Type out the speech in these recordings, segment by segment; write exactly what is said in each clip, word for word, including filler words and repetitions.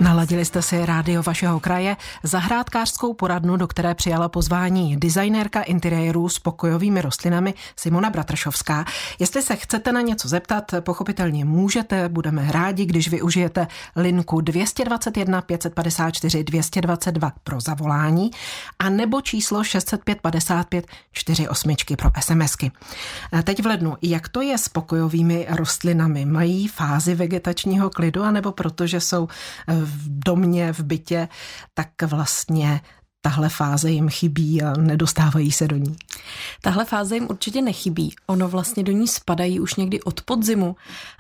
Naladili jste si rádio vašeho kraje, zahrádkářskou poradnu, do které přijala pozvání designérka interiérů s pokojovými rostlinami Simona Bratršovská. Jestli se chcete na něco zeptat, pochopitelně můžete, budeme rádi, když využijete linku dvě stě dvacet jedna pět set padesát čtyři dvě stě dvacet dva pro zavolání a nebo číslo šest set pět padesát pět čtyřicet osm pro SMSky. Teď v lednu, jak to je s pokojovými rostlinami? Mají fázi vegetačního klidu, anebo protože jsou v domě, v bytě, tak vlastně tahle fáze jim chybí a nedostávají se do ní? Tahle fáze jim určitě nechybí. Ono vlastně do ní spadají už někdy od podzimu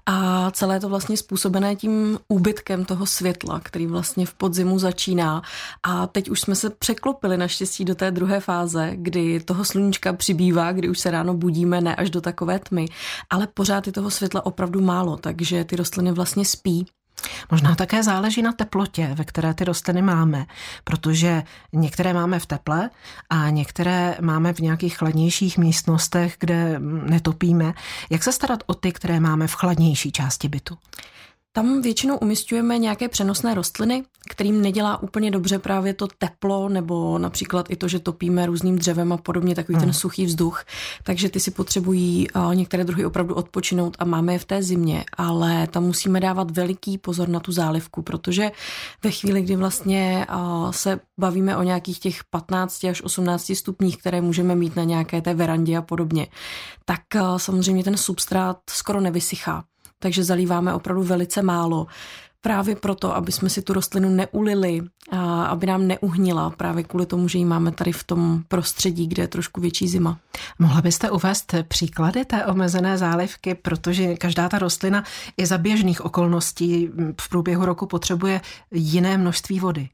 a celé to vlastně způsobené tím úbytkem toho světla, který vlastně v podzimu začíná. A teď už jsme se překlopili naštěstí do té druhé fáze, kdy toho sluníčka přibývá, kdy už se ráno budíme, ne až do takové tmy, ale pořád je toho světla opravdu málo, takže ty rostliny vlastně spí. Možná také záleží na teplotě, ve které ty rostliny máme, protože některé máme v teple a některé máme v nějakých chladnějších místnostech, kde netopíme. Jak se starat o ty, které máme v chladnější části bytu? Tam většinou umisťujeme nějaké přenosné rostliny, kterým nedělá úplně dobře právě to teplo nebo například i to, že topíme různým dřevem a podobně, takový hmm. ten suchý vzduch. Takže ty si potřebují uh, některé druhy opravdu odpočinout a máme je v té zimě, ale tam musíme dávat veliký pozor na tu zálivku, protože ve chvíli, kdy vlastně uh, se bavíme o nějakých těch patnácti až osmnácti stupních, které můžeme mít na nějaké té verandě a podobně, tak uh, samozřejmě ten substrát skoro nevysychá. Takže zalíváme opravdu velice málo. Právě proto, aby jsme si tu rostlinu neulili, a aby nám neuhnila, právě kvůli tomu, že ji máme tady v tom prostředí, kde je trošku větší zima. Mohla byste uvést příklady té omezené zálivky, protože každá ta rostlina i za běžných okolností v průběhu roku potřebuje jiné množství vody?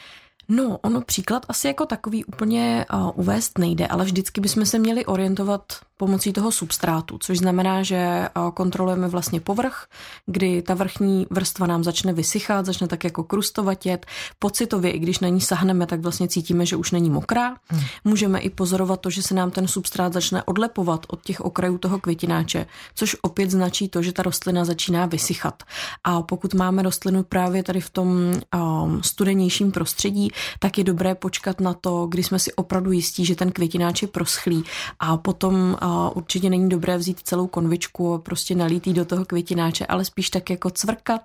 No, ono příklad asi jako takový úplně uh, uvést nejde, ale vždycky bychom se měli orientovat pomocí toho substrátu, což znamená, že uh, kontrolujeme vlastně povrch, kdy ta vrchní vrstva nám začne vysychat, začne tak jako krustovatět. Pocitově, i když na ní sahneme, tak vlastně cítíme, že už není mokrá. Hmm. Můžeme i pozorovat to, že se nám ten substrát začne odlepovat od těch okrajů toho květináče, což opět značí to, že ta rostlina začíná vysychat. A pokud máme rostlinu právě tady v tom um, studenějším prostředí, tak je dobré počkat na to, kdy jsme si opravdu jistí, že ten květináč je proschlý a potom uh, určitě není dobré vzít celou konvičku a prostě nalít jí do toho květináče, ale spíš tak jako cvrkat,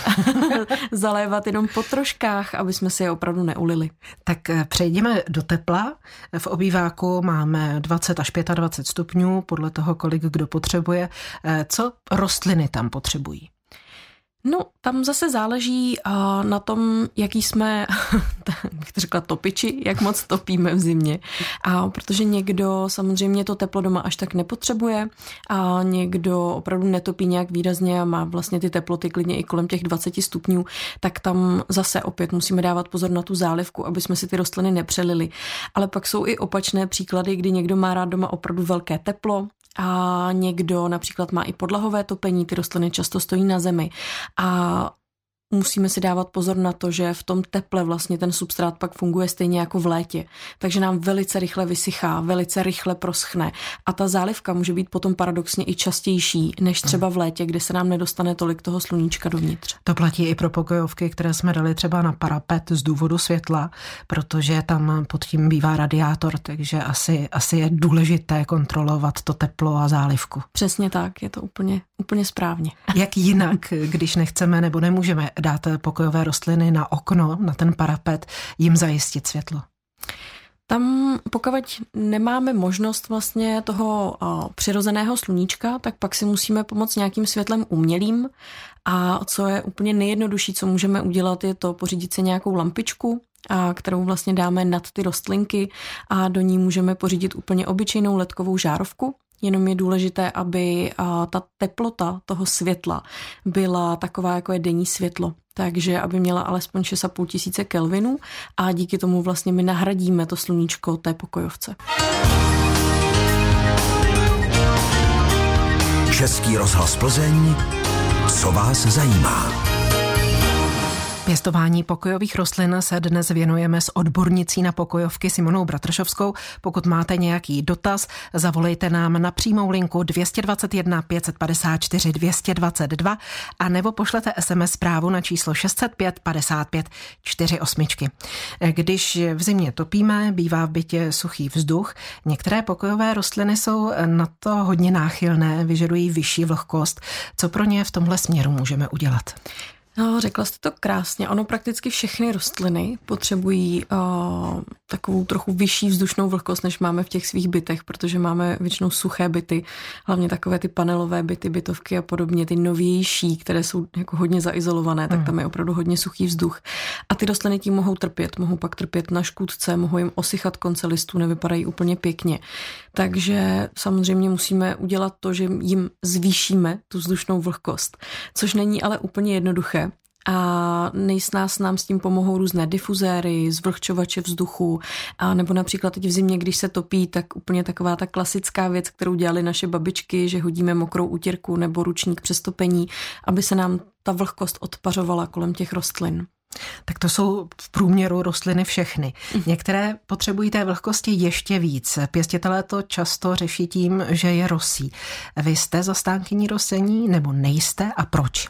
zalévat jenom po troškách, aby jsme si je opravdu neulili. Tak přejdeme do tepla. V obýváku máme dvacet až dvacet pět stupňů, podle toho, kolik kdo potřebuje. Co rostliny tam potřebují? No, tam zase záleží uh, na tom, jaký jsme, jak to řekla, topiči, jak moc topíme v zimě. A protože někdo samozřejmě to teplo doma až tak nepotřebuje a někdo opravdu netopí nějak výrazně a má vlastně ty teploty klidně i kolem těch dvaceti stupňů, tak tam zase opět musíme dávat pozor na tu zálivku, aby jsme si ty rostliny nepřelili. Ale pak jsou i opačné příklady, kdy někdo má rád doma opravdu velké teplo, a někdo například má i podlahové topení, ty rostliny často stojí na zemi a musíme si dávat pozor na to, že v tom teple vlastně ten substrát pak funguje stejně jako v létě. Takže nám velice rychle vysychá, velice rychle proschne. A ta zálivka může být potom paradoxně i častější, než třeba v létě, kde se nám nedostane tolik toho sluníčka dovnitř. To platí i pro pokojovky, které jsme dali třeba na parapet z důvodu světla, protože tam pod tím bývá radiátor, takže asi, asi je důležité kontrolovat to teplo a zálivku. Přesně tak, je to úplně, úplně správně. Jak jinak, když nechceme nebo nemůžeme dát pokojové rostliny na okno, na ten parapet, jim zajistit světlo? Tam pokud nemáme možnost vlastně toho uh, přirozeného sluníčka, tak pak si musíme pomoct nějakým světlem umělým a co je úplně nejjednodušší, co můžeme udělat, je to pořídit si nějakou lampičku, a kterou vlastně dáme nad ty rostlinky a do ní můžeme pořídit úplně obyčejnou ledkovou žárovku. Jenom je důležité, aby ta teplota toho světla byla taková, jako je denní světlo. Takže aby měla alespoň šest a půl tisíce kelvinů a díky tomu vlastně my nahradíme to sluníčko té pokojovce. Český rozhlas Plzeň, co vás zajímá? Pěstování pokojových rostlin se dnes věnujeme s odbornicí na pokojovky Simonou Bratršovskou. Pokud máte nějaký dotaz, zavolejte nám na přímou linku dvě dva jedna pět pět čtyři dvě dva dva a nebo pošlete es em es zprávu na číslo šest set pět padesát pět čtyřicet osm. Když v zimě topíme, bývá v bytě suchý vzduch. Některé pokojové rostliny jsou na to hodně náchylné, vyžadují vyšší vlhkost. Co pro ně v tomhle směru můžeme udělat? No, řekla jste to krásně. Ono prakticky všechny rostliny potřebují uh, takovou trochu vyšší vzdušnou vlhkost, než máme v těch svých bytech, protože máme většinou suché byty, hlavně takové ty panelové byty, bytovky a podobně, ty novější, které jsou jako hodně zaizolované, tak tam je opravdu hodně suchý vzduch. A ty rostliny tím mohou trpět, mohou pak trpět na škůdce, mohou jim osychat konce listů, nevypadají úplně pěkně. Takže samozřejmě musíme udělat to, že jim zvýšíme tu vzdušnou vlhkost, což není ale úplně jednoduché. A nejsnáz nám s tím pomohou různé difuzéry, zvlhčovače vzduchu, a nebo například teď v zimě, když se topí, tak úplně taková ta klasická věc, kterou dělali naše babičky, že hodíme mokrou utěrku nebo ručník přes topení, aby se nám ta vlhkost odpařovala kolem těch rostlin. Tak to jsou v průměru rostliny všechny. Některé potřebují té vlhkosti ještě víc. Pěstitelé to často řeší tím, že je rosí. Vy jste zastánkyní rosení nebo nejste a proč?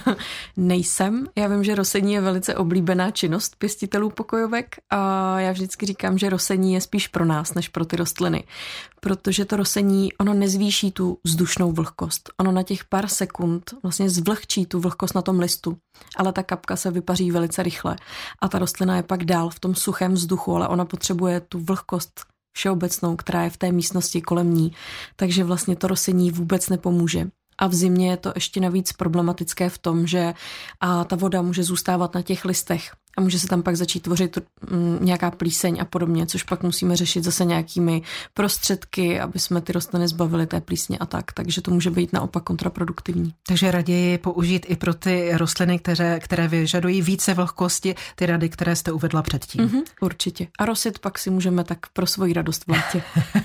Nejsem. Já vím, že rosení je velice oblíbená činnost pěstitelů pokojovek a já vždycky říkám, že rosení je spíš pro nás, než pro ty rostliny. Protože to rosení, ono nezvýší tu vzdušnou vlhkost. Ono na těch pár sekund vlastně zvlhčí tu vlhkost na tom listu, ale ta kapka se vypaří velice rychle a ta rostlina je pak dál v tom suchém vzduchu, ale ona potřebuje tu vlhkost všeobecnou, která je v té místnosti kolem ní, takže vlastně to rosení vůbec nepomůže. A v zimě je to ještě navíc problematické v tom, že a ta voda může zůstávat na těch listech a může se tam pak začít tvořit m, nějaká plíseň a podobně, což pak musíme řešit zase nějakými prostředky, aby jsme ty rostliny zbavili té plísně a tak. Takže to může být naopak kontraproduktivní. Takže raději použít i pro ty rostliny, které, které vyžadují více vlhkosti, ty rady, které jste uvedla předtím. Mm-hmm, určitě. A rosit pak si můžeme tak pro svoji radost v létě.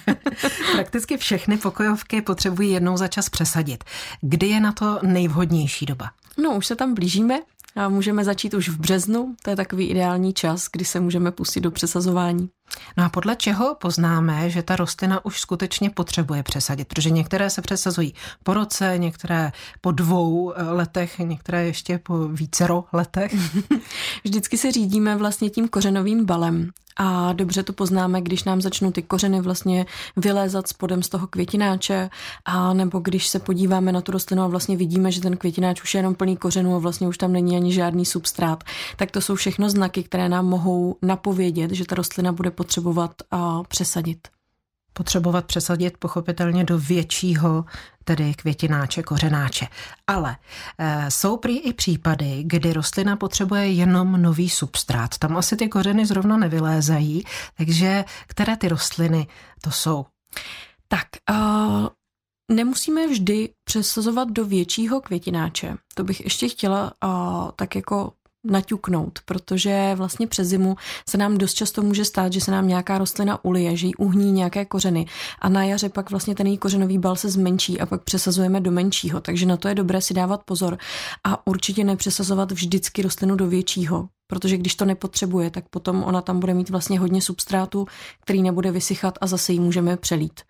Prakticky všechny pokojovky potřebují jednou za čas přesadit. Kdy je na to nejvhodnější doba? No, už se tam blížíme. A můžeme začít už v březnu, to je takový ideální čas, kdy se můžeme pustit do přesazování. No a podle čeho poznáme, že ta rostlina už skutečně potřebuje přesadit? Protože některé se přesazují po roce, některé po dvou letech, některé ještě po vícero letech. Vždycky se řídíme vlastně tím kořenovým balem. A dobře to poznáme, když nám začnou ty kořeny vlastně vylézat spodem z toho květináče, a nebo když se podíváme na tu rostlinu a vlastně vidíme, že ten květináč už je jenom plný kořenů a vlastně už tam není ani žádný substrát. Tak to jsou všechno znaky, které nám mohou napovědět, že ta rostlina bude potřebovat a přesadit. Potřebovat přesadit pochopitelně do většího, tedy květináče, kořenáče. Ale e, jsou prý i případy, kdy rostlina potřebuje jenom nový substrát. Tam asi ty kořeny zrovna nevylézají, takže které ty rostliny to jsou? Tak, uh... nemusíme vždy přesazovat do většího květináče. To bych ještě chtěla uh, tak jako naťuknout, protože vlastně přes zimu se nám dost často může stát, že se nám nějaká rostlina ulije, že jí uhní nějaké kořeny a na jaře pak vlastně ten její kořenový bal se zmenší a pak přesazujeme do menšího, takže na to je dobré si dávat pozor a určitě nepřesazovat vždycky rostlinu do většího, protože když to nepotřebuje, tak potom ona tam bude mít vlastně hodně substrátu, který nebude vysychat a zase ji můžeme přelít.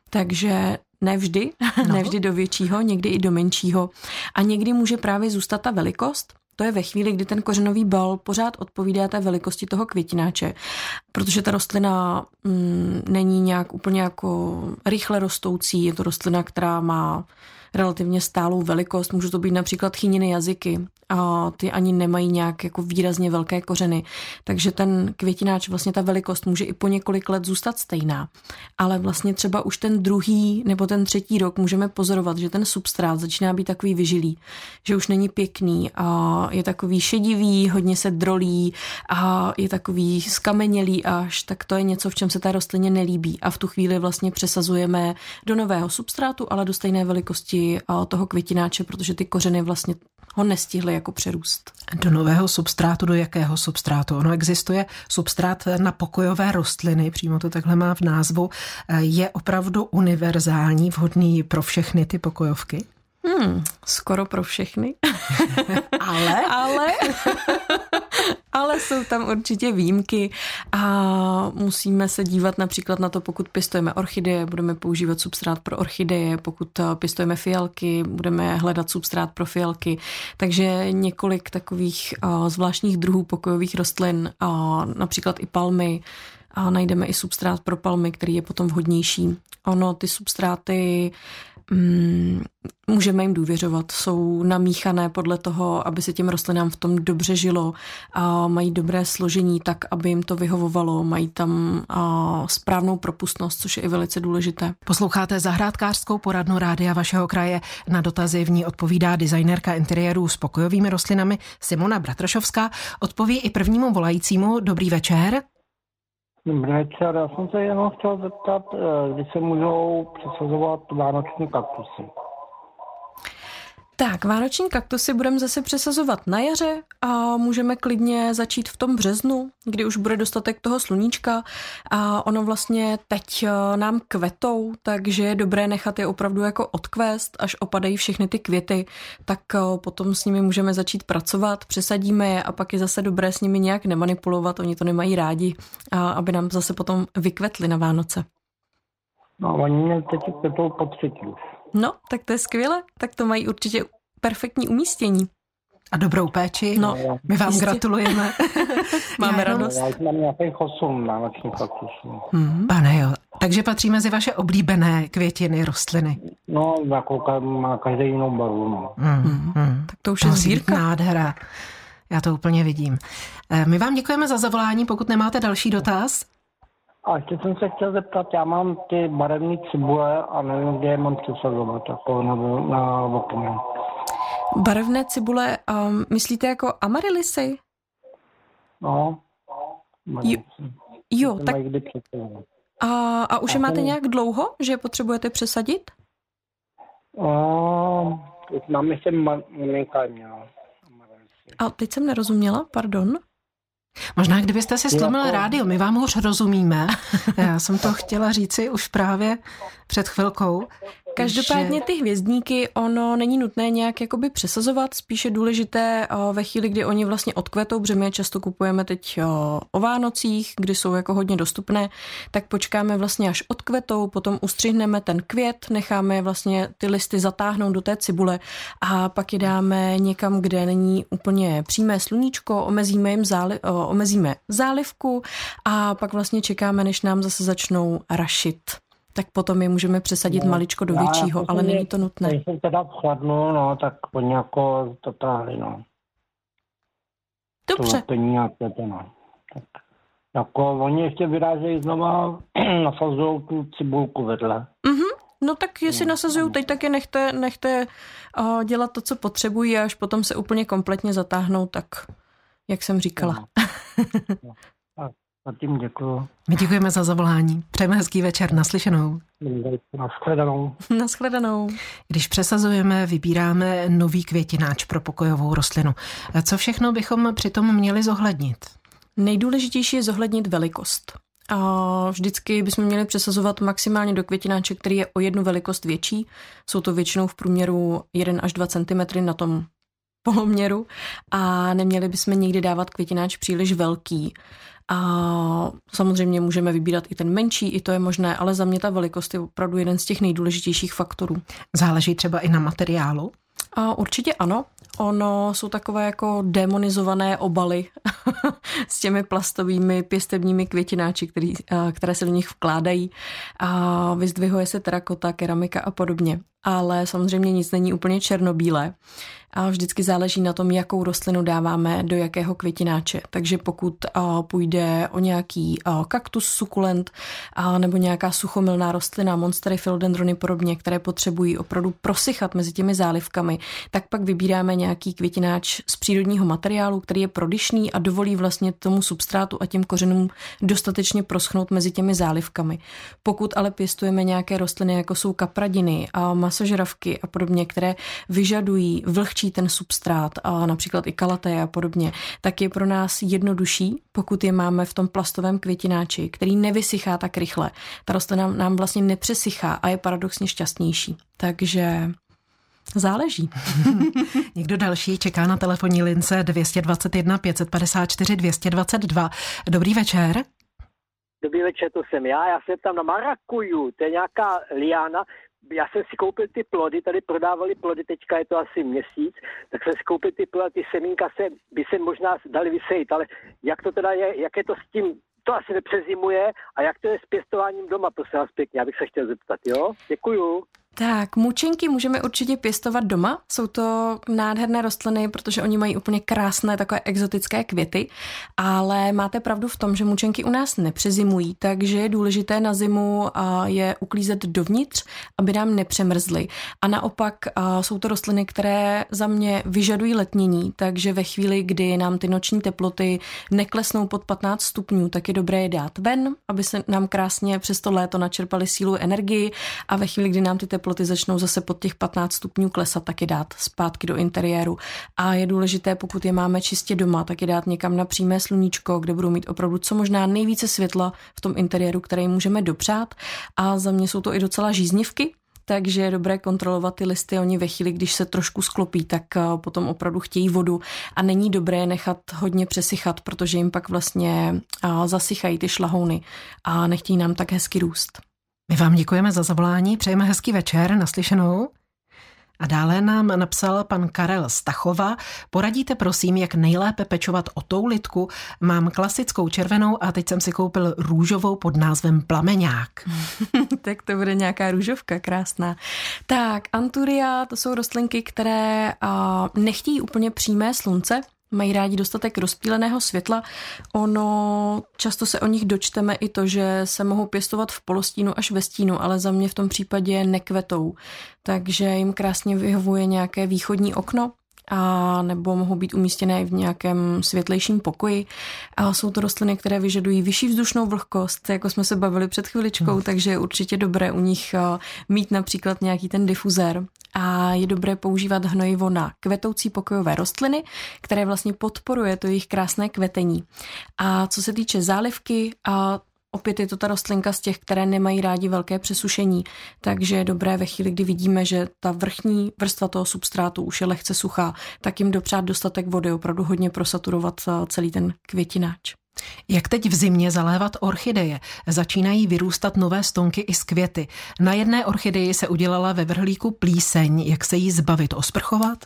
Takže nevždy, no. nevždy do většího, někdy i do menšího a někdy může právě zůstat ta velikost. To je ve chvíli, kdy ten kořenový bal pořád odpovídá té velikosti toho květináče, protože ta rostlina mm, není nějak úplně jako rychle rostoucí, je to rostlina, která má relativně stálou velikost, můžou to být například chyniny jazyky a ty ani nemají nějak jako výrazně velké kořeny, takže ten květináč, vlastně ta velikost může i po několik let zůstat stejná, ale vlastně třeba už ten druhý nebo ten třetí rok můžeme pozorovat, že ten substrát začíná být takový vyžilý, že už není pěkný a je takový šedivý, hodně se drolí a je takový skamenělý až, tak to je něco, v čem se té rostlině nelíbí a v tu chvíli vlastně přesazujeme do nového substrátu, ale do stejné velikosti toho květináče, protože ty kořeny vlastně ho nestihly jako přerůst. Do nového substrátu, do jakého substrátu? Ono existuje substrát na pokojové rostliny, přímo to takhle má v názvu. Je opravdu univerzální, vhodný pro všechny ty pokojovky? Hmm, skoro pro všechny. Ale? ale, ale jsou tam určitě výjimky a musíme se dívat například na to, pokud pěstujeme orchideje, budeme používat substrát pro orchideje, pokud pěstujeme fialky, budeme hledat substrát pro fialky. Takže několik takových uh, zvláštních druhů pokojových rostlin, uh, například i palmy, a najdeme i substrát pro palmy, který je potom vhodnější. Ono, ty substráty mm, můžeme jim důvěřovat, jsou namíchané podle toho, aby se těm rostlinám v tom dobře žilo a mají dobré složení tak, aby jim to vyhovovalo, mají tam a, správnou propustnost, což je i velice důležité. Posloucháte zahrádkářskou poradnu Rádia vašeho kraje. Na dotazy v ní odpovídá designérka interiérů s pokojovými rostlinami Simona Bratrašovská. Odpoví i prvnímu volajícímu. Dobrý večer. Dobrý večer, já jsem se jenom chtěl zeptat, kdy se můžou přesazovat vánoční kaktusy. Tak, vánoční kaktusy budeme zase přesazovat na jaře a můžeme klidně začít v tom březnu, kdy už bude dostatek toho sluníčka a ono vlastně teď nám kvetou, takže je dobré nechat je opravdu jako odkvést, až opadají všechny ty květy, tak potom s nimi můžeme začít pracovat, přesadíme je a pak je zase dobré s nimi nějak nemanipulovat, oni to nemají rádi, a aby nám zase potom vykvetly na Vánoce. No, oni mě teď kvetou po třetí už. No, tak to je skvěle, tak to mají určitě perfektní umístění. A dobrou péči. No, my vám jistě. Gratulujeme. Máme Já radost. Já mám nějakých osm vánočních kaktusů. Hmm, pane jo, takže patří mezi vaše oblíbené květiny, rostliny. No, jako ka- má každý jinou barvu. No. Hmm, hmm. Tak to už je musí být sbírka. nádhera. Já to úplně vidím. My vám děkujeme za zavolání, pokud nemáte další dotaz. A ještě jsem se chtěl zeptat, já mám ty barevné cibule a nevím, kde je mám přesazovat, jako na, na okně. Barevné cibule, um, myslíte jako amaryllisy? No. Jo, jo tak Kdy přesazovat. a, a už je máte nějak dlouho, že je potřebujete přesadit? Uh, mám ještě maminka měla. A teď jsem nerozuměla, pardon. Možná kdybyste si stlumil Jako- rádio, my vám hůř rozumíme. Já jsem to chtěla říci už právě před chvilkou. Každopádně ty hvězdníky, ono není nutné nějak jakoby přesazovat, spíše důležité uh, ve chvíli, kdy oni vlastně odkvetou, protože my je často kupujeme teď uh, o Vánocích, kdy jsou jako hodně dostupné, tak počkáme vlastně až odkvetou, potom ustřihneme ten květ, necháme vlastně ty listy zatáhnout do té cibule a pak je dáme někam, kde není úplně přímé sluníčko, omezíme jim záli, uh, omezíme zálivku a pak vlastně čekáme, než nám zase začnou rašit. Tak potom je můžeme přesadit no, maličko do většího, ale není to nutné. Když jsem teda chladnu, no, tak oni jako to táhli, no. Dobře. To nějaké to, no. Tak, jako oni ještě vyrážejí znova, nasazují tu cibulku vedle. Mhm. No tak jestli nasazují teď, tak je nechte, nechte uh, dělat to, co potřebují a až potom se úplně kompletně zatáhnou, tak jak jsem říkala. No. No. Tak, zatím děkuju. My děkujeme za zavolání. Přejeme hezký večer, naslyšenou. Nashledanou. Nashledanou. Když přesazujeme, vybíráme nový květináč pro pokojovou rostlinu. Co všechno bychom přitom měli zohlednit? Nejdůležitější je zohlednit velikost. A vždycky bychom měli přesazovat maximálně do květináče, který je o jednu velikost větší. Jsou to většinou v průměru jeden až dva centimetry na tom poloměru a neměli bychom nikdy dávat květináč příliš velký. A samozřejmě můžeme vybírat i ten menší, i to je možné, ale za mě ta velikost je opravdu jeden z těch nejdůležitějších faktorů. Záleží třeba i na materiálu? A určitě ano. Ono jsou takové jako demonizované obaly s těmi plastovými pěstebními květináči, který, které se do nich vkládají a vyzdvihuje se terakota, keramika a podobně. Ale samozřejmě nic není úplně černobílé a vždycky záleží na tom, jakou rostlinu dáváme do jakého květináče. Takže pokud půjde o nějaký kaktus, sukulent nebo nějaká suchomilná rostlina, monstery, philodendrony podobně, které potřebují opravdu prosychat mezi těmi zálivkami, tak pak vybíráme nějaký květináč z přírodního materiálu, který je prodyšný a dovolí vlastně tomu substrátu a těm kořenům dostatečně proschnout mezi těmi zálivkami. Pokud ale pěstujeme nějaké rostliny, jako jsou kapradiny a masožravky a podobně, které vyžadují vlhčí ten substrát, a například i kalaté a podobně, tak je pro nás jednodušší, pokud je máme v tom plastovém květináči, který nevysychá tak rychle. Ta rostlina nám vlastně nepřesychá a je paradoxně šťastnější. Takže Záleží. Někdo další čeká na telefonní lince dvě stě dvacet jedna pět set padesát čtyři dvě stě dvacet dva. Dobrý večer. Dobrý večer, to jsem já. Já jsem tam na marakuju, to je nějaká liána. Já jsem si koupil ty plody, tady prodávali plody, teďka je to asi měsíc, tak jsem si koupil ty plody, ty semínka se, by se možná dali vysejít, ale jak to teda je, jak je to s tím, to asi nepřezimuje a jak to je s pěstováním doma, prosím vás pěkně, abych se chtěl zeptat, jo? Děkuju. Tak, mučenky můžeme určitě pěstovat doma. Jsou to nádherné rostliny, protože oni mají úplně krásné takové exotické květy, ale máte pravdu v tom, že mučenky u nás nepřezimují, takže je důležité na zimu je uklízet dovnitř, aby nám nepřemrzly. A naopak jsou to rostliny, které za mě vyžadují letnění, takže ve chvíli, kdy nám ty noční teploty neklesnou pod patnáct stupňů, tak je dobré je dát ven, aby se nám krásně přes to léto načerpaly sílu, energii, a ve chvíli, kdy nám ty teploty začnou zase pod těch patnáct stupňů klesat, tak je dát zpátky do interiéru. A je důležité, pokud je máme čistě doma, tak je dát někam na přímé sluníčko, kde budou mít opravdu co možná nejvíce světla v tom interiéru, které jim můžeme dopřát. A za mě jsou to i docela žíznivky, takže je dobré kontrolovat ty listy. Oni ve chvíli, když se trošku sklopí, tak potom opravdu chtějí vodu a není dobré nechat hodně přesychat, protože jim pak vlastně zasychají ty šlahouny a nechtějí nám tak hezky růst. My vám děkujeme za zavolání, přejeme hezký večer, naslyšenou. A dále nám napsal pan Karel Stachova. Poradíte prosím, jak nejlépe pečovat o toulitku? Mám klasickou červenou a teď jsem si koupil růžovou pod názvem Plameňák. Tak to bude nějaká růžovka krásná. Tak, anturia, to jsou rostlinky, které a, nechtějí úplně přímé slunce, mají rádi dostatek rozptýleného světla. Ono, často se o nich dočteme i to, že se mohou pěstovat v polostínu až ve stínu, ale za mě v tom případě nekvetou. Takže jim krásně vyhovuje nějaké východní okno, a nebo mohou být umístěné v nějakém světlejším pokoji. A jsou to rostliny, které vyžadují vyšší vzdušnou vlhkost, jako jsme se bavili před chviličkou, hmm. takže je určitě dobré u nich mít například nějaký ten difuzér. A je dobré používat hnojivo na kvetoucí pokojové rostliny, které vlastně podporuje to jejich krásné kvetení. A co se týče zálivky, a opět je to ta rostlinka z těch, které nemají rádi velké přesušení, takže je dobré ve chvíli, kdy vidíme, že ta vrchní vrstva toho substrátu už je lehce suchá, tak jim dopřát dostatek vody, opravdu hodně prosaturovat celý ten květináč. Jak teď v zimě zalévat orchideje? Začínají vyrůstat nové stonky i z květy. Na jedné orchideji se udělala ve vrhlíku plíseň. Jak se jí zbavit? Osprchovat?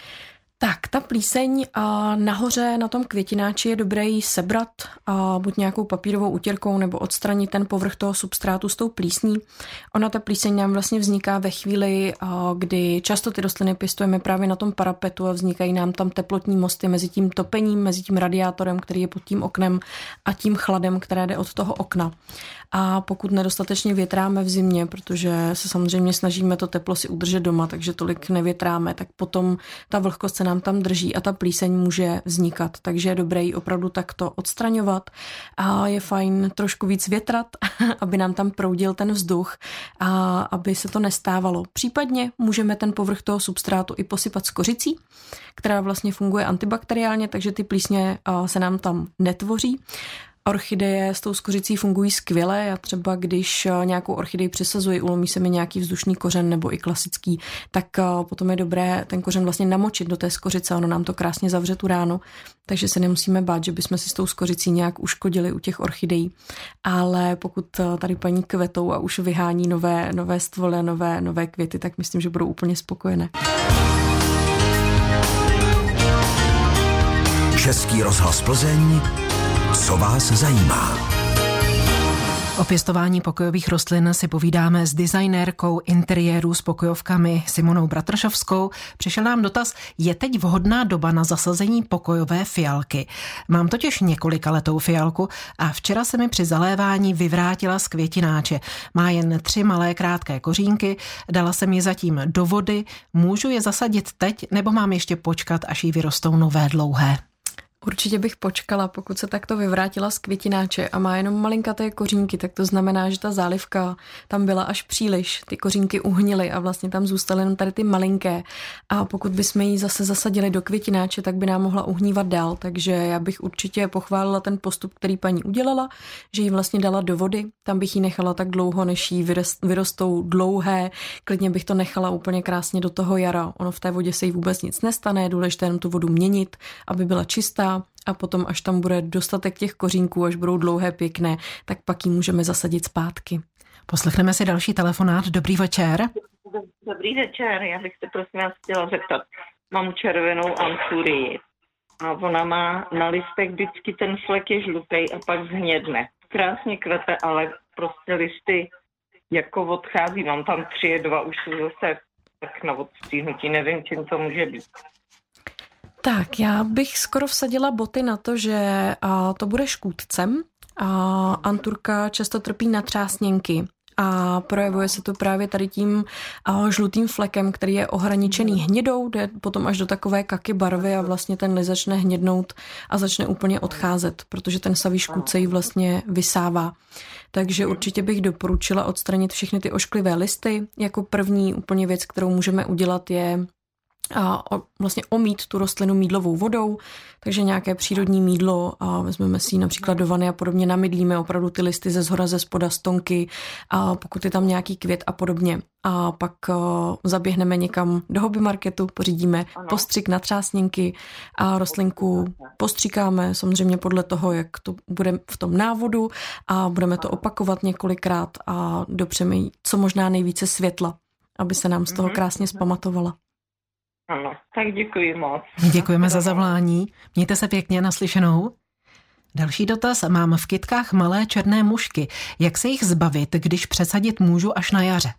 Tak, ta plíseň a nahoře na tom květináči je dobré jí sebrat a buď nějakou papírovou utěrkou nebo odstranit ten povrch toho substrátu s tou plísní. Ona, ta plíseň nám vlastně vzniká ve chvíli, kdy často ty rostliny pěstujeme právě na tom parapetu a vznikají nám tam teplotní mosty mezi tím topením, mezi tím radiátorem, který je pod tím oknem, a tím chladem, které jde od toho okna. A pokud nedostatečně větráme v zimě, protože se samozřejmě snažíme to teplo si udržet doma, takže tolik nevětráme, tak potom ta vlhkost se nám tam drží a ta plíseň může vznikat. Takže je dobré ji opravdu takto odstraňovat a je fajn trošku víc větrat, aby nám tam proudil ten vzduch a aby se to nestávalo. Případně můžeme ten povrch toho substrátu i posypat s kořicí, která vlastně funguje antibakteriálně, takže ty plísně se nám tam netvoří. Orchideje s tou skořicí fungují skvěle. Já třeba, když nějakou orchidej přesazuji, ulomí se mi nějaký vzdušný kořen nebo i klasický, tak potom je dobré ten kořen vlastně namočit do té skořice, ono nám to krásně zavře tu ránu, takže se nemusíme bát, že bychom si s tou skořicí nějak uškodili u těch orchidejí. Ale pokud tady paní kvetou a už vyhání nové, nové stvoly, nové, nové květy, tak myslím, že budou úplně spokojené. Český rozhlas Plzeň. Co vás zajímá? O pěstování pokojových rostlin si povídáme s designérkou interiérů s pokojovkami Simonou Bratršovskou. Přišel nám dotaz, je teď vhodná doba na zasazení pokojové fialky. Mám totiž několikaletou fialku a včera se mi při zalévání vyvrátila z květináče. Má jen tři malé krátké kořínky, dala jsem ji zatím do vody. Můžu je zasadit teď nebo mám ještě počkat, až jí vyrostou nové dlouhé? Určitě bych počkala, pokud se takto vyvrátila z květináče a má jenom malinkaté kořínky, tak to znamená, že ta zálivka tam byla až příliš. Ty kořínky uhnily a vlastně tam zůstaly jenom tady ty malinké. A pokud bychom ji zase zasadili do květináče, tak by nám mohla uhnívat dál. Takže já bych určitě pochválila ten postup, který paní udělala, že ji vlastně dala do vody. Tam bych ji nechala tak dlouho, než jí vyrostou dlouhé. Klidně bych to nechala úplně krásně do toho jara. Ono v té vodě se jí vůbec nic nestane, je důležité jenom tu vodu měnit, aby byla čistá. A potom, až tam bude dostatek těch kořínků, až budou dlouhé, pěkné, tak pak ji můžeme zasadit zpátky. Poslechneme si další telefonát. Dobrý večer. Dobrý večer, já bych se prosím vás chtěla zeptat. Mám červenou anturii a ona má na listech vždycky ten flek je žlutý a pak zhnědne. Krásně kvete, ale prostě listy jako odchází. Mám tam tři, dva už jsou zase tak na odstříhnutí. Nevím, čím to může být. Tak, já bych skoro vsadila boty na to, že a, to bude škůdcem. A anturka často trpí na třásněnky a projevuje se to právě tady tím a, žlutým flekem, který je ohraničený hnědou, jde potom až do takové kaky barvy a vlastně ten list začne hnědnout a začne úplně odcházet, protože ten savý škůdce ji vlastně vysává. Takže určitě bych doporučila odstranit všechny ty ošklivé listy. Jako první úplně věc, kterou můžeme udělat, je a vlastně omít tu rostlinu mýdlovou vodou, takže nějaké přírodní mýdlo a vezmeme si ji například do vany a podobně, namydlíme opravdu ty listy ze zhora, ze spoda, stonky a pokud je tam nějaký květ a podobně. A pak uh, zaběhneme někam do hobby marketu, pořídíme ano. postřik na třásněnky a rostlinku postříkáme samozřejmě podle toho, jak to bude v tom návodu a budeme to opakovat několikrát a dopřeme jí co možná nejvíce světla, aby se nám z toho krásně zpamatovala. Ano, tak děkuji moc. Děkujeme za zavolání. Mějte se pěkně, naslyšenou. Další dotaz. Mám v kytkách malé černé mušky. Jak se jich zbavit, když přesadit můžu až na jaře?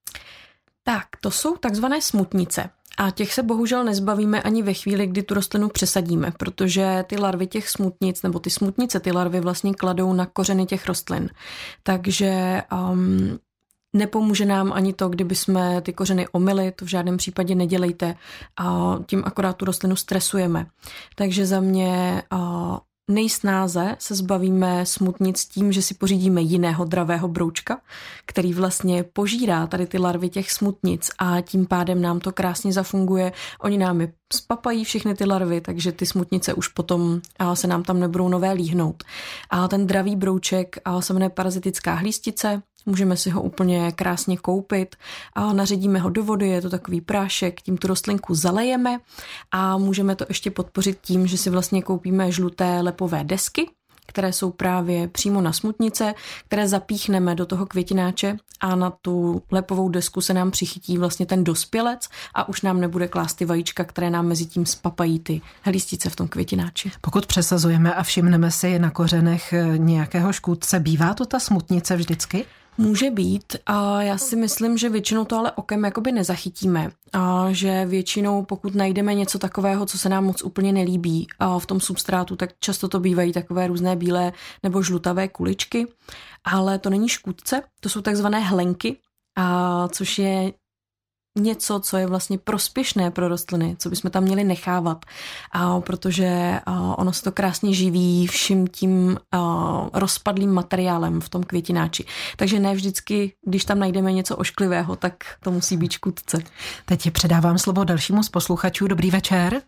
Tak, to jsou takzvané smutnice. A těch se bohužel nezbavíme ani ve chvíli, kdy tu rostlinu přesadíme, protože ty larvy těch smutnic, nebo ty smutnice, ty larvy vlastně kladou na kořeny těch rostlin. Takže um, nepomůže nám ani to, kdyby jsme ty kořeny omyli, to v žádném případě nedělejte a tím akorát tu rostlinu stresujeme. Takže za mě a nejsnáze se zbavíme smutnic tím, že si pořídíme jiného dravého broučka, který vlastně požírá tady ty larvy těch smutnic a tím pádem nám to krásně zafunguje. Oni nám je spapají všechny ty larvy, takže ty smutnice už potom se nám tam nebudou nové líhnout. A ten dravý brouček se jmenuje parazitická hlístice, můžeme si ho úplně krásně koupit a naředíme ho do vody, je to takový prášek, tím tu rostlinku zalejeme a můžeme to ještě podpořit tím, že si vlastně koupíme žluté lepové desky, které jsou právě přímo na smutnice, které zapíchneme do toho květináče a na tu lepovou desku se nám přichytí vlastně ten dospělec a už nám nebude klást ty vajíčka, které nám mezi tím spapají ty hlístice v tom květináči. Pokud přesazujeme a všimneme si na kořenech nějakého škůdce, bývá to ta smutnice vždycky? Může být a já si myslím, že většinou to ale okem jakoby nezachytíme a že většinou pokud najdeme něco takového, co se nám moc úplně nelíbí a v tom substrátu, tak často to bývají takové různé bílé nebo žlutavé kuličky, ale to není škůdce, to jsou takzvané hlenky, a což je něco, co je vlastně prospěšné pro rostliny, co bychom tam měli nechávat, a protože a ono se to krásně živí vším tím a, rozpadlým materiálem v tom květináči. Takže ne vždycky, když tam najdeme něco ošklivého, tak to musí být škůdce. Teď předávám slovo dalšímu z posluchačů. Dobrý večer.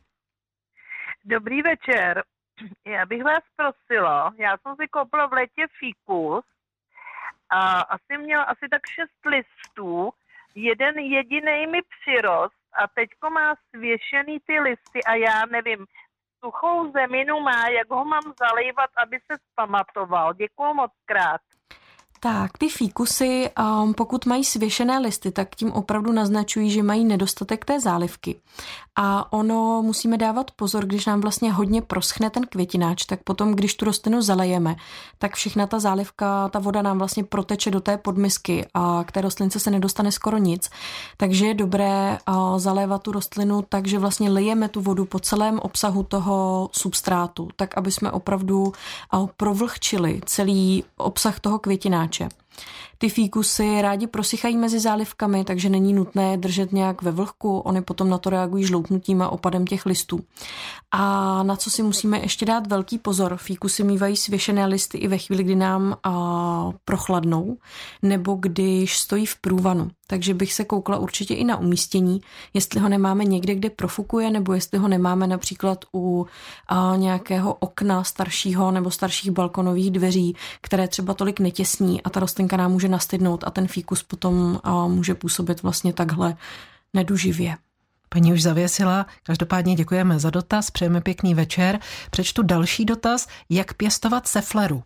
Dobrý večer. Já bych vás prosila, já jsem si koupila v létě fíkus a asi měla asi tak šest listů. Jeden jedinej mi přirost a teďko má svěšený ty listy a já nevím, suchou zeminu má, jak ho mám zalejvat, aby se zpamatoval. Děkuju moc krát. Tak, ty fíkusy, um, pokud mají svěšené listy, tak tím opravdu naznačují, že mají nedostatek té zálivky. A ono musíme dávat pozor, když nám vlastně hodně proschne ten květináč, tak potom, když tu rostlinu zalejeme, tak všechna ta zálivka, ta voda nám vlastně proteče do té podmisky a k té rostlince se nedostane skoro nic. Takže je dobré uh, zalévat tu rostlinu tak, že vlastně lejeme tu vodu po celém obsahu toho substrátu, tak aby jsme opravdu uh, provlhčili celý obsah toho květináče. Ty fíkusy rádi prosychají mezi zálivkami, takže není nutné držet nějak ve vlhku, oni potom na to reagují žloutnutím a opadem těch listů. A na co si musíme ještě dát velký pozor, fíkusy mývají svěšené listy i ve chvíli, kdy nám a, prochladnou, nebo když stojí v průvanu. Takže bych se koukla určitě i na umístění, jestli ho nemáme někde, kde profukuje, nebo jestli ho nemáme například u a, nějakého okna staršího nebo starších balkonových dveří, které třeba tolik netěsní a ta rostlinka nám může nastydnout a ten fíkus potom a, může působit vlastně takhle neduživě. Paní už zavěsila, každopádně děkujeme za dotaz, přejeme pěkný večer. Přečtu další dotaz, jak pěstovat sefleru.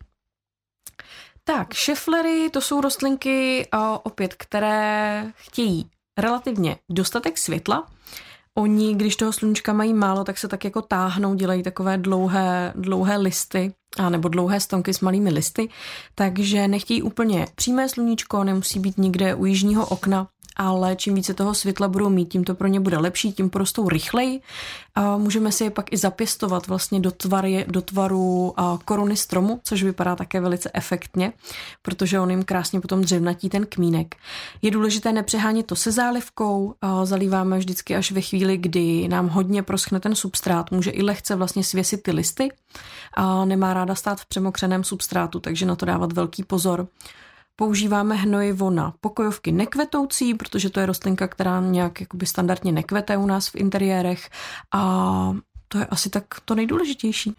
Tak, šeflery, to jsou rostlinky opět, které chtějí relativně dostatek světla. Oni, když toho sluníčka mají málo, tak se tak jako táhnou, dělají takové dlouhé, dlouhé listy, a nebo dlouhé stonky s malými listy, takže nechtějí úplně přímé sluníčko, nemusí být nikde u jižního okna, ale čím více toho světla budou mít, tím to pro ně bude lepší, tím porostou rychleji. A můžeme si je pak i zapěstovat vlastně do, tvary, do tvaru koruny stromu, což vypadá také velice efektně, protože on jim krásně potom dřevnatí ten kmínek. Je důležité nepřehánět to se zálivkou, zalíváme vždycky až ve chvíli, kdy nám hodně proschne ten substrát, může i lehce vlastně svěsit ty listy a nemá ráda stát v přemokřeném substrátu, takže na to dávat velký pozor. Používáme hnojivo na pokojovky nekvetoucí, protože to je rostlinka, která nějak jakoby standardně nekvete u nás v interiérech a to je asi tak to nejdůležitější.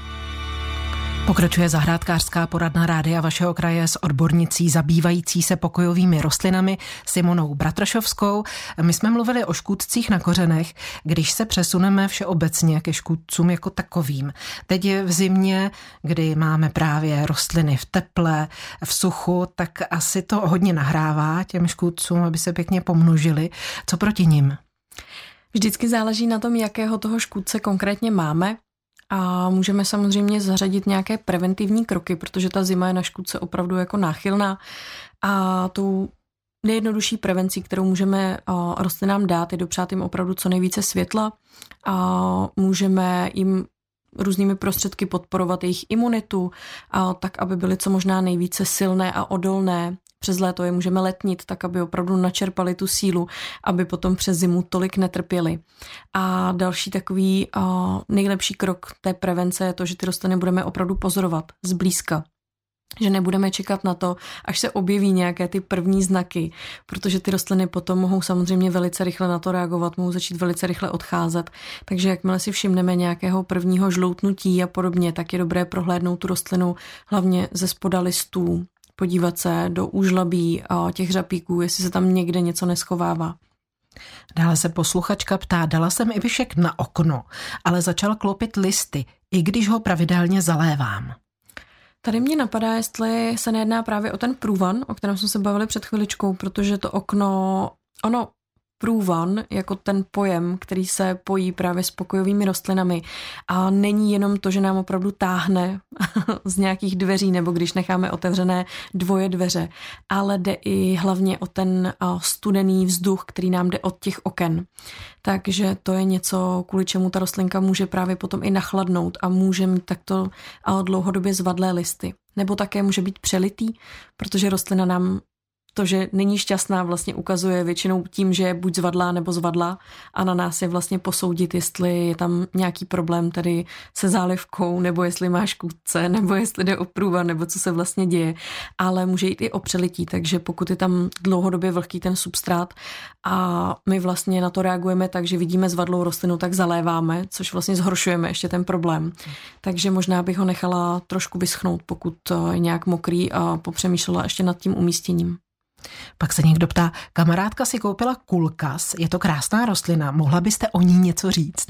Pokračuje zahrádkářská poradna Rádia vašeho kraje s odbornicí zabývající se pokojovými rostlinami Simonou Bratrašovskou. My jsme mluvili o škůdcích na kořenech, když se přesuneme všeobecně ke škůdcům jako takovým. Teď je v zimě, kdy máme právě rostliny v teple, v suchu, tak asi to hodně nahrává těm škůdcům, aby se pěkně pomnožili. Co proti nim? Vždycky záleží na tom, jakého toho škůdce konkrétně máme. A můžeme samozřejmě zařadit nějaké preventivní kroky, protože ta zima je na škůdce opravdu jako náchylná. A tou nejjednodušší prevencí, kterou můžeme rostlinám dát, je dopřát jim opravdu co nejvíce světla. A můžeme jim různými prostředky podporovat jejich imunitu, a tak, aby byly co možná nejvíce silné a odolné. Přes léto je můžeme letnit, tak aby opravdu načerpali tu sílu, aby potom přes zimu tolik netrpěli. A další takový uh, nejlepší krok té prevence je to, že ty rostliny budeme opravdu pozorovat zblízka. Že nebudeme čekat na to, až se objeví nějaké ty první znaky, protože ty rostliny potom mohou samozřejmě velice rychle na to reagovat, mohou začít velice rychle odcházet. Takže jakmile si všimneme nějakého prvního žloutnutí a podobně, tak je dobré prohlédnout tu rostlinu hlavně ze spoda listů, podívat se do úžlabí těch řapíků, jestli se tam někde něco neschovává. Dále se posluchačka ptá, dala jsem i vyšek na okno, ale začal klopit listy, i když ho pravidelně zalévám. Tady mě napadá, jestli se nejedná právě o ten průvan, o kterém jsme se bavili před chviličkou, protože to okno, ono průvan jako ten pojem, který se pojí právě s pokojovými rostlinami a není jenom to, že nám opravdu táhne z nějakých dveří nebo když necháme otevřené dvoje dveře, ale jde i hlavně o ten studený vzduch, který nám jde od těch oken. Takže to je něco, kvůli čemu ta rostlinka může právě potom i nachladnout a může mít takto dlouhodobě zvadlé listy. Nebo také může být přelitý, protože rostlina nám to, že není šťastná, vlastně ukazuje většinou tím, že je buď zvadlá nebo zvadlá a na nás je vlastně posoudit, jestli je tam nějaký problém tady se zálivkou, nebo jestli má škůdce, nebo jestli jde o průvan, nebo co se vlastně děje. Ale může jít i o přelití, takže pokud je tam dlouhodobě vlhký ten substrát a my vlastně na to reagujeme tak, že vidíme zvadlou rostlinu, tak zaléváme, což vlastně zhoršujeme ještě ten problém. Takže možná bych ho nechala trošku vyschnout, pokud je nějak mokrý a popřemýšlela ještě nad tím umístěním. Pak se někdo ptá, kamarádka si koupila kulkas, je to krásná rostlina, mohla byste o ní něco říct?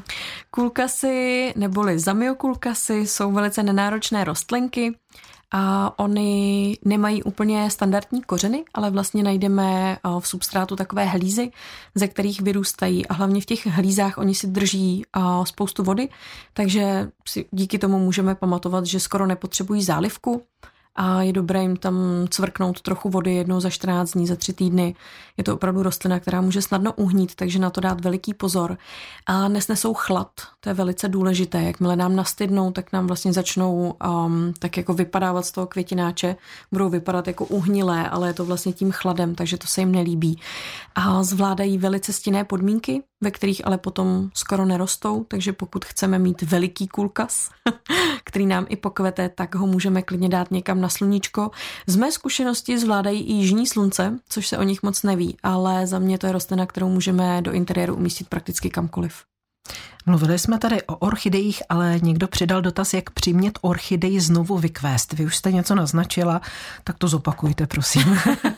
Kulkasy neboli zamiokulkasy jsou velice nenáročné rostlinky a oni nemají úplně standardní kořeny, ale vlastně najdeme v substrátu takové hlízy, ze kterých vyrůstají a hlavně v těch hlízách oni si drží spoustu vody, takže si díky tomu můžeme pamatovat, že skoro nepotřebují zálivku. a je dobré jim tam cvrknout trochu vody jednou za čtrnáct dní, za tři týdny. Je to opravdu rostlina, která může snadno uhnít, takže na to dát veliký pozor. A nesnesou chlad, to je velice důležité. Jakmile nám nastydnou, tak nám vlastně začnou um, tak jako vypadávat z toho květináče, budou vypadat jako uhnilé, ale je to vlastně tím chladem, takže to se jim nelíbí. A zvládají velice stinné podmínky, ve kterých ale potom skoro nerostou, takže pokud chceme mít veliký kulkas, který nám i pokvete, tak ho můžeme klidně dát někam na sluníčko. Z mé zkušenosti zvládají i jižní slunce, což se o nich moc neví, ale za mě to je rostlina, kterou můžeme do interiéru umístit prakticky kamkoliv. Mluvili jsme tady o orchidejích, ale někdo přidal dotaz, jak přimět orchideji znovu vykvést. Vy už jste něco naznačila, tak to zopakujte, prosím.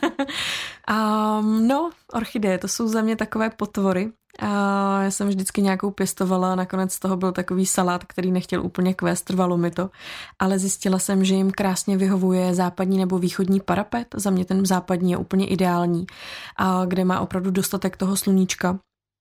um, no, orchideje, to jsou za mě takové potvory. A já jsem vždycky nějakou pěstovala a nakonec z toho byl takový salát, který nechtěl úplně kvést, trvalo mi to. Ale zjistila jsem, že jim krásně vyhovuje západní nebo východní parapet. Za mě ten západní je úplně ideální, a kde má opravdu dostatek toho sluníčka.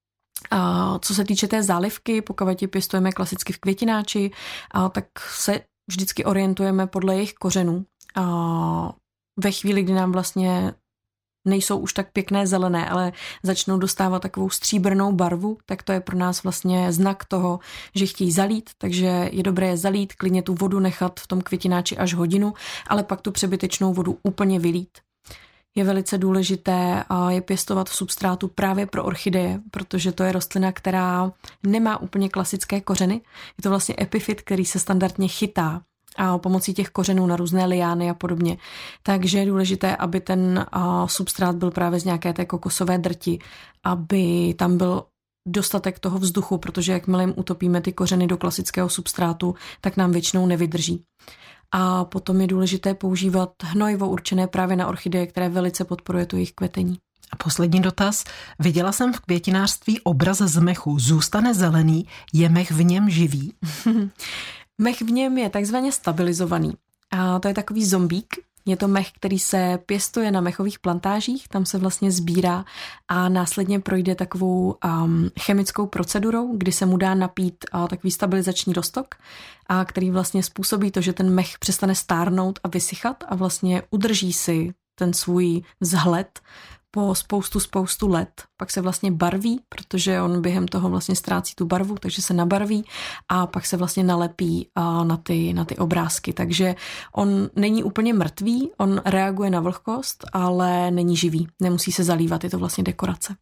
A co se týče té zálivky, pokud ji pěstujeme klasicky v květináči, a tak se vždycky orientujeme podle jejich kořenů. A ve chvíli, kdy nám vlastně nejsou už tak pěkné zelené, ale začnou dostávat takovou stříbrnou barvu, tak to je pro nás vlastně znak toho, že chtějí zalít, takže je dobré je zalít, klidně tu vodu nechat v tom květináči až hodinu, ale pak tu přebytečnou vodu úplně vylít. Je velice důležité je pěstovat v substrátu právě pro orchideje, protože to je rostlina, která nemá úplně klasické kořeny. Je to vlastně epifyt, který se standardně chytá a pomocí těch kořenů na různé liány a podobně. Takže je důležité, aby ten substrát byl právě z nějaké té kokosové drti, aby tam byl dostatek toho vzduchu, protože jakmile jim utopíme ty kořeny do klasického substrátu, tak nám většinou nevydrží. A potom je důležité používat hnojivo určené právě na orchideje, které velice podporuje to jejich kvetení. A poslední dotaz. Viděla jsem v květinářství obraz z mechu. Zůstane zelený, je mech v něm živý? Mech v něm je takzvaně stabilizovaný. A to je takový zombík. Je to mech, který se pěstuje na mechových plantážích, tam se vlastně sbírá a následně projde takovou um, chemickou procedurou, kdy se mu dá napít uh, takový stabilizační roztok, a který vlastně způsobí to, že ten mech přestane stárnout a vysychat a vlastně udrží si ten svůj vzhled po spoustu, spoustu let. Pak se vlastně barví, protože on během toho vlastně ztrácí tu barvu, takže se nabarví a pak se vlastně nalepí na ty, na ty obrázky. Takže on není úplně mrtvý, on reaguje na vlhkost, ale není živý. Nemusí se zalívat, je to vlastně dekorace.